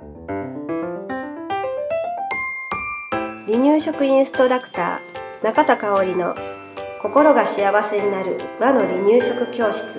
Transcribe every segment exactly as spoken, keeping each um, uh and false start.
離乳食インストラクター中田香織の心が幸せになる和の離乳食教室。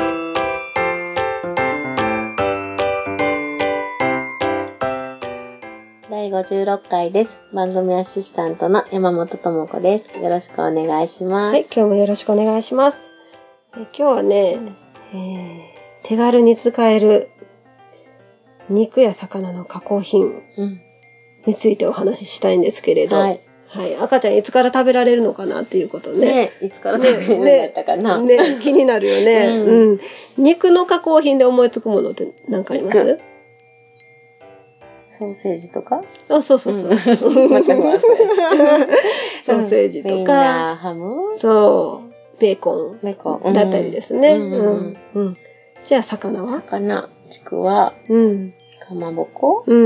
だいごじゅうろっかいです。番組アシスタントの山本智子です。よろしくお願いします。 はい、今日もよろしくお願いします。え今日はね、うんえー、手軽に使える肉や魚の加工品についてお話ししたいんですけれど、うんはいはい、赤ちゃんいつから食べられるのかなっていうことね。 ねいつから食べられるようになったかな。 ねねね気になるよね、うんうん。肉の加工品で思いつくものって何かあります？ ソーセージとか？ あ、そうそうそう。うん、ソーセージとか、ウインナー、ハム、 そう、ベーコン、 ベーコンだったりですね。 うんうんうん、じゃあ魚は？ 魚、ちくわ、うん、かまぼこ、うん。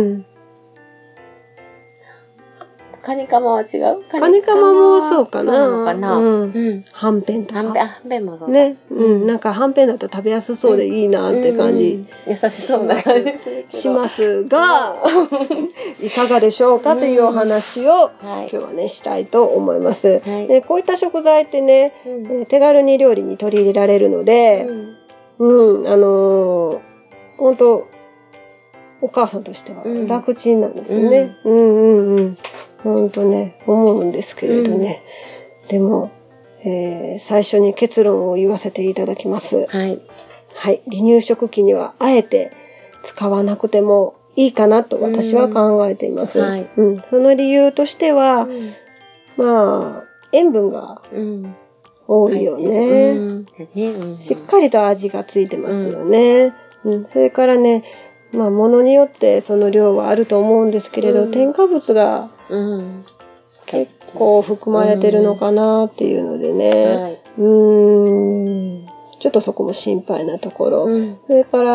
カニカマは違う？ カニカマもそうかな。 そうなのかな。 うん。はんぺんとか。 はんぺん、はんぺんもそうだ。 ね。うん。なんかはんぺんだと食べやすそうでいいなって感じ。 優しそうな感じしますが、いかがでしょうかというお話を今日はね、したいと思います。でこういった食材ってね、手軽に料理に取り入れられるので、うん、あの、本当お母さんとしては楽ちんなんですよね。うんうんうん。ほんとね、思うんですけれどね。うん、でも、えー、最初に結論を言わせていただきます。はい。はい。離乳食期にはあえて使わなくてもいいかなと私は考えています。うんはいうん、その理由としては、うん、まあ、塩分が多いよね、うんうん。しっかりと味がついてますよね。うん、それからね、まあ、ものによってその量はあると思うんですけれど、うん、添加物が結構含まれてるのかなっていうのでね、うんはい、うーんちょっとそこも心配なところ。うん、それから、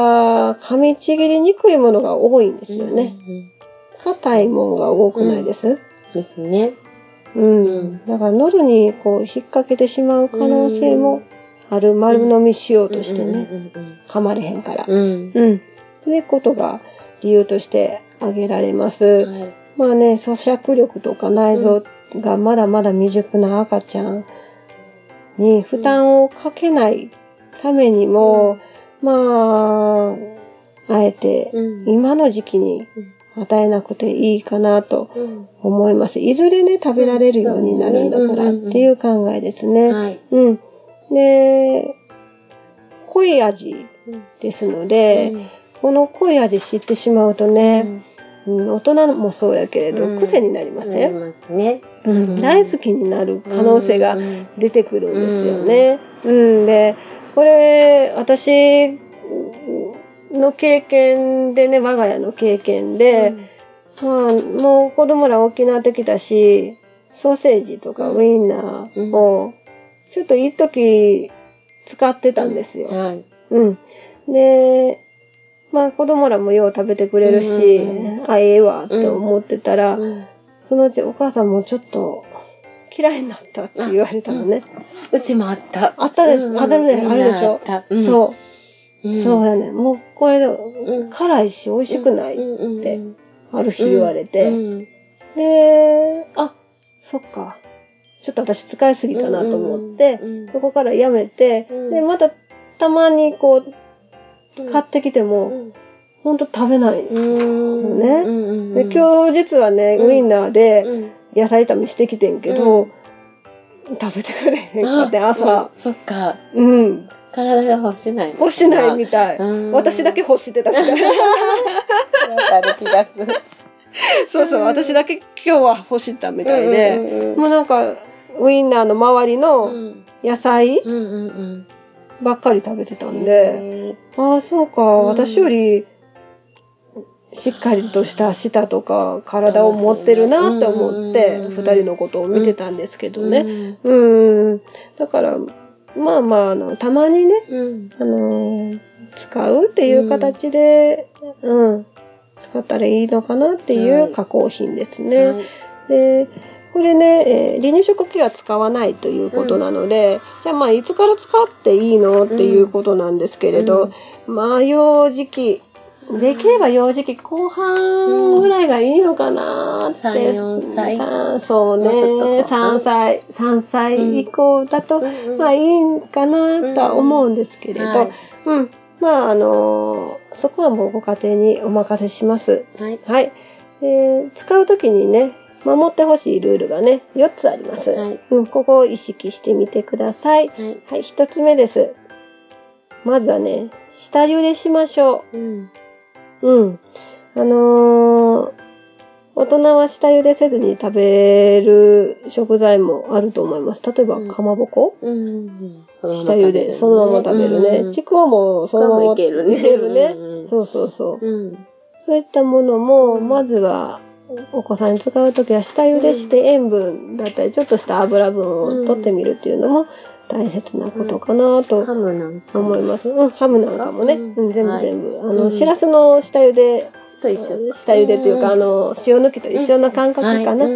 噛みちぎりにくいものが多いんですよね。硬いものが多くないです、うん、 ですね。 うん。だから喉にこう引っ掛けてしまう可能性もある。丸飲みしようとしてね、噛まれへんから。うん。うんということが理由として挙げられます。はい、まあね、咀嚼力とか内臓がまだまだ未熟な赤ちゃんに負担をかけないためにも、うん、まあ、あえて今の時期に与えなくていいかなと思います。いずれね、食べられるようになるんだからっていう考えですね。はい、うん。で、濃い味ですので、うんこの濃い味知ってしまうとね、うん、大人もそうやけれど、うん、癖になりません？なりますね、うん。大好きになる可能性が出てくるんですよね。うん、うん、で、これ、私の経験でね、我が家の経験で、うん、まあ、もう子供ら大きなってきたし、ソーセージとかウインナーを、ちょっと一時使ってたんですよ。うん。はいうん、で、まあ子供らもよう食べてくれるし、うんうん、あ、ええわって思ってたら、うん、そのうちお母さんもちょっと嫌いになったって言われたのね。 うちもあった。 あったでしょ、うんうん、あるね、あるでしょ。うん、そう、うん。そうやね。もうこれ、うん、辛いし美味しくないってある日言われて、うんうん、で、あ、そっか。ちょっと私使いすぎたなと思って、うんうん、そこからやめて、うん、で、またたまにこう、買ってきても、うん、ほんと食べないのね、うんうん。で今日実はね、ウインナーで野菜炒めしてきてんけど、うん、食べてくれへんかって朝。 そっか。 うん。 体が欲しない。 欲しないみたい。私だけ欲してたみたい。わかる気がする。 そうそう、私だけ今日は欲したみたいで、うんうんうん、もうなんかウインナーの周りの野菜、うんうんうんばっかり食べてたんで、ああ、そうか、うん、私よりしっかりとした舌とか体を持ってるなって思って、二人のことを見てたんですけどね。うん。うん、だから、まあまあ、あの、たまにね、うん、あの、使うっていう形で、うん、うん、使ったらいいのかなっていう加工品ですね。はい、でこれね、えー、離乳食期は使わないということなので、うん、じゃあまあいつから使っていいのっていうことなんですけれど、うん、まあ幼児期できれば幼児期後半ぐらいがいいのかなって。 さん、よんさい。 そうね。さんさい、さんさい以降だと、うん、まあいいかなとは思うんですけれど、うん、はいうん、まああのー、そこはもうご家庭にお任せします。はい。はい。で使うときにね、守ってほしいルールがね、よっつあります。はいうん、ここを意識してみてください。はい。はい、ひとつめです。まずはね、下茹でしましょう。うん。うん。あのー、大人は下茹でせずに食べる食材もあると思います。例えば、かまぼこ、うん、下茹で、そのまま食べるね。ちくわもそのままいけるね。いけるね。そうそうそう。うん、そういったものも、まずは、お子さんに使うときは下茹でして塩分だったり、ちょっとした油分を取ってみるっていうのも大切なことかなと思います。うん、ハムなんかもね。うん、全部全部。あの、しらすの下茹で、と一緒。下茹でっていうか、あの、塩抜きと一緒な感覚かな。うん。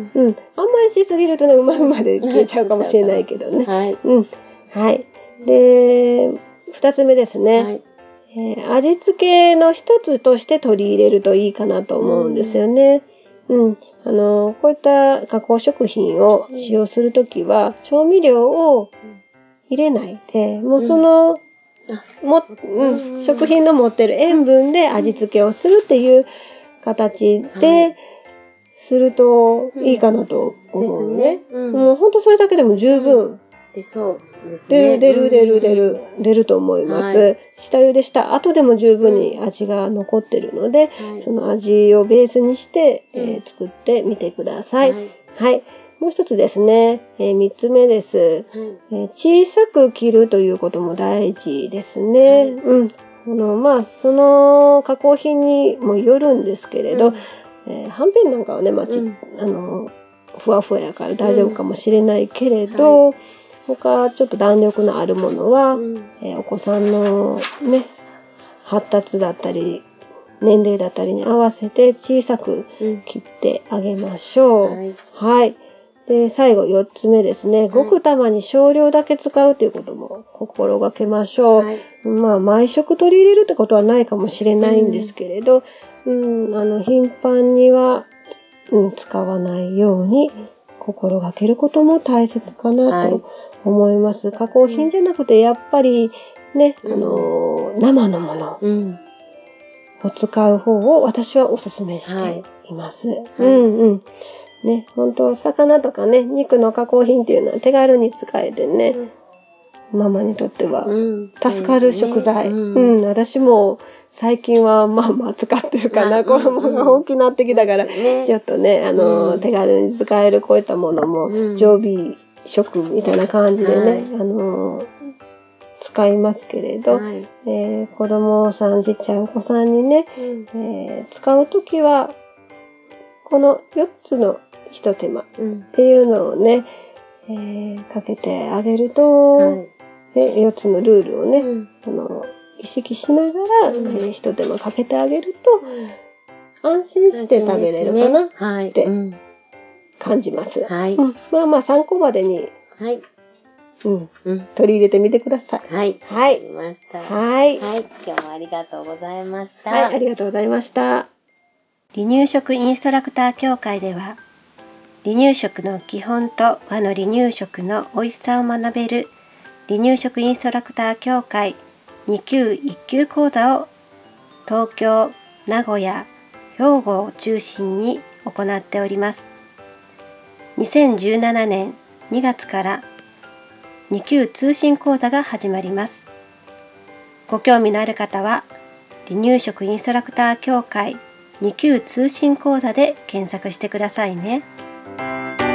あんまりしすぎるとね、旨味まで消えちゃうかもしれないけどね。はい。うん。はい。で、二つ目ですね。はい。えー、味付けの一つとして取り入れるといいかなと思うんですよね。うん。あの、こういった加工食品を使用するときは、調味料を入れないで、もうその、うんもうん、食品の持ってる塩分で味付けをするっていう形でするといいかなと思うね。もう本当それだけでも十分。出そうですね。出る出る出る出る出ると思います。はい、下茹でした後でも十分に味が残ってるので、はい、その味をベースにして、えー、作ってみてください。はい。はいもう一つですね、えー、三つ目です、うんえー。小さく切るということも大事ですね。うん。あの、まあ、その加工品にもよるんですけれど、うんえー、はんぺんなんかはね、まあち、うん、あの、ふわふわやから大丈夫かもしれないけれど、うんはい、他ちょっと弾力のあるものは、うんえー、お子さんのね、発達だったり、年齢だったりに合わせて小さく切ってあげましょう。うん、はい。はいで、最後よっつめですね。ごくたまに少量だけ使うということも心がけましょう。はい、まあ、毎食取り入れるってことはないかもしれないんですけれど、うん、うん、あの、頻繁には、うん、使わないように心がけることも大切かなと思います。はい、加工品じゃなくて、やっぱりね、うん、あの、生のものを使う方を私はお勧めしています。はい、うんうん。ね、本当魚とかね、肉の加工品っていうのは手軽に使えてね、うん、ママにとっては助かる食材。うん、うん、私も最近はまあまあ使ってるかな。子供が大きくなってきたから、ちょっとね、あの、うん、手軽に使えるこういったものも常備食みたいな感じでね、はい、あの、使いますけれど、はいえー、子供さん、ちっちゃいお子さんにね、うんえー、使うときは、このよっつの一手間っていうのをね、うんえー、かけてあげると、はいね、よっつのルールをね、うん、あの意識しながら、うんえー、一手間かけてあげると、うん、安心して食べれるかなって感じます。はいうん、まあまあ参考までに、はいうんうん、取り入れてみてください。はい。はい。わかりました。はい。はい。今日もありがとうございました。はい。ありがとうございました。離乳食インストラクター協会では、離乳食の基本と和の離乳食の美味しさを学べる離乳食インストラクター協会に級いっ級講座を東京、名古屋、兵庫を中心に行っております。にせんじゅうななねんにがつからに級通信講座が始まります。ご興味のある方は離乳食インストラクター協会に級通信講座で検索してくださいね。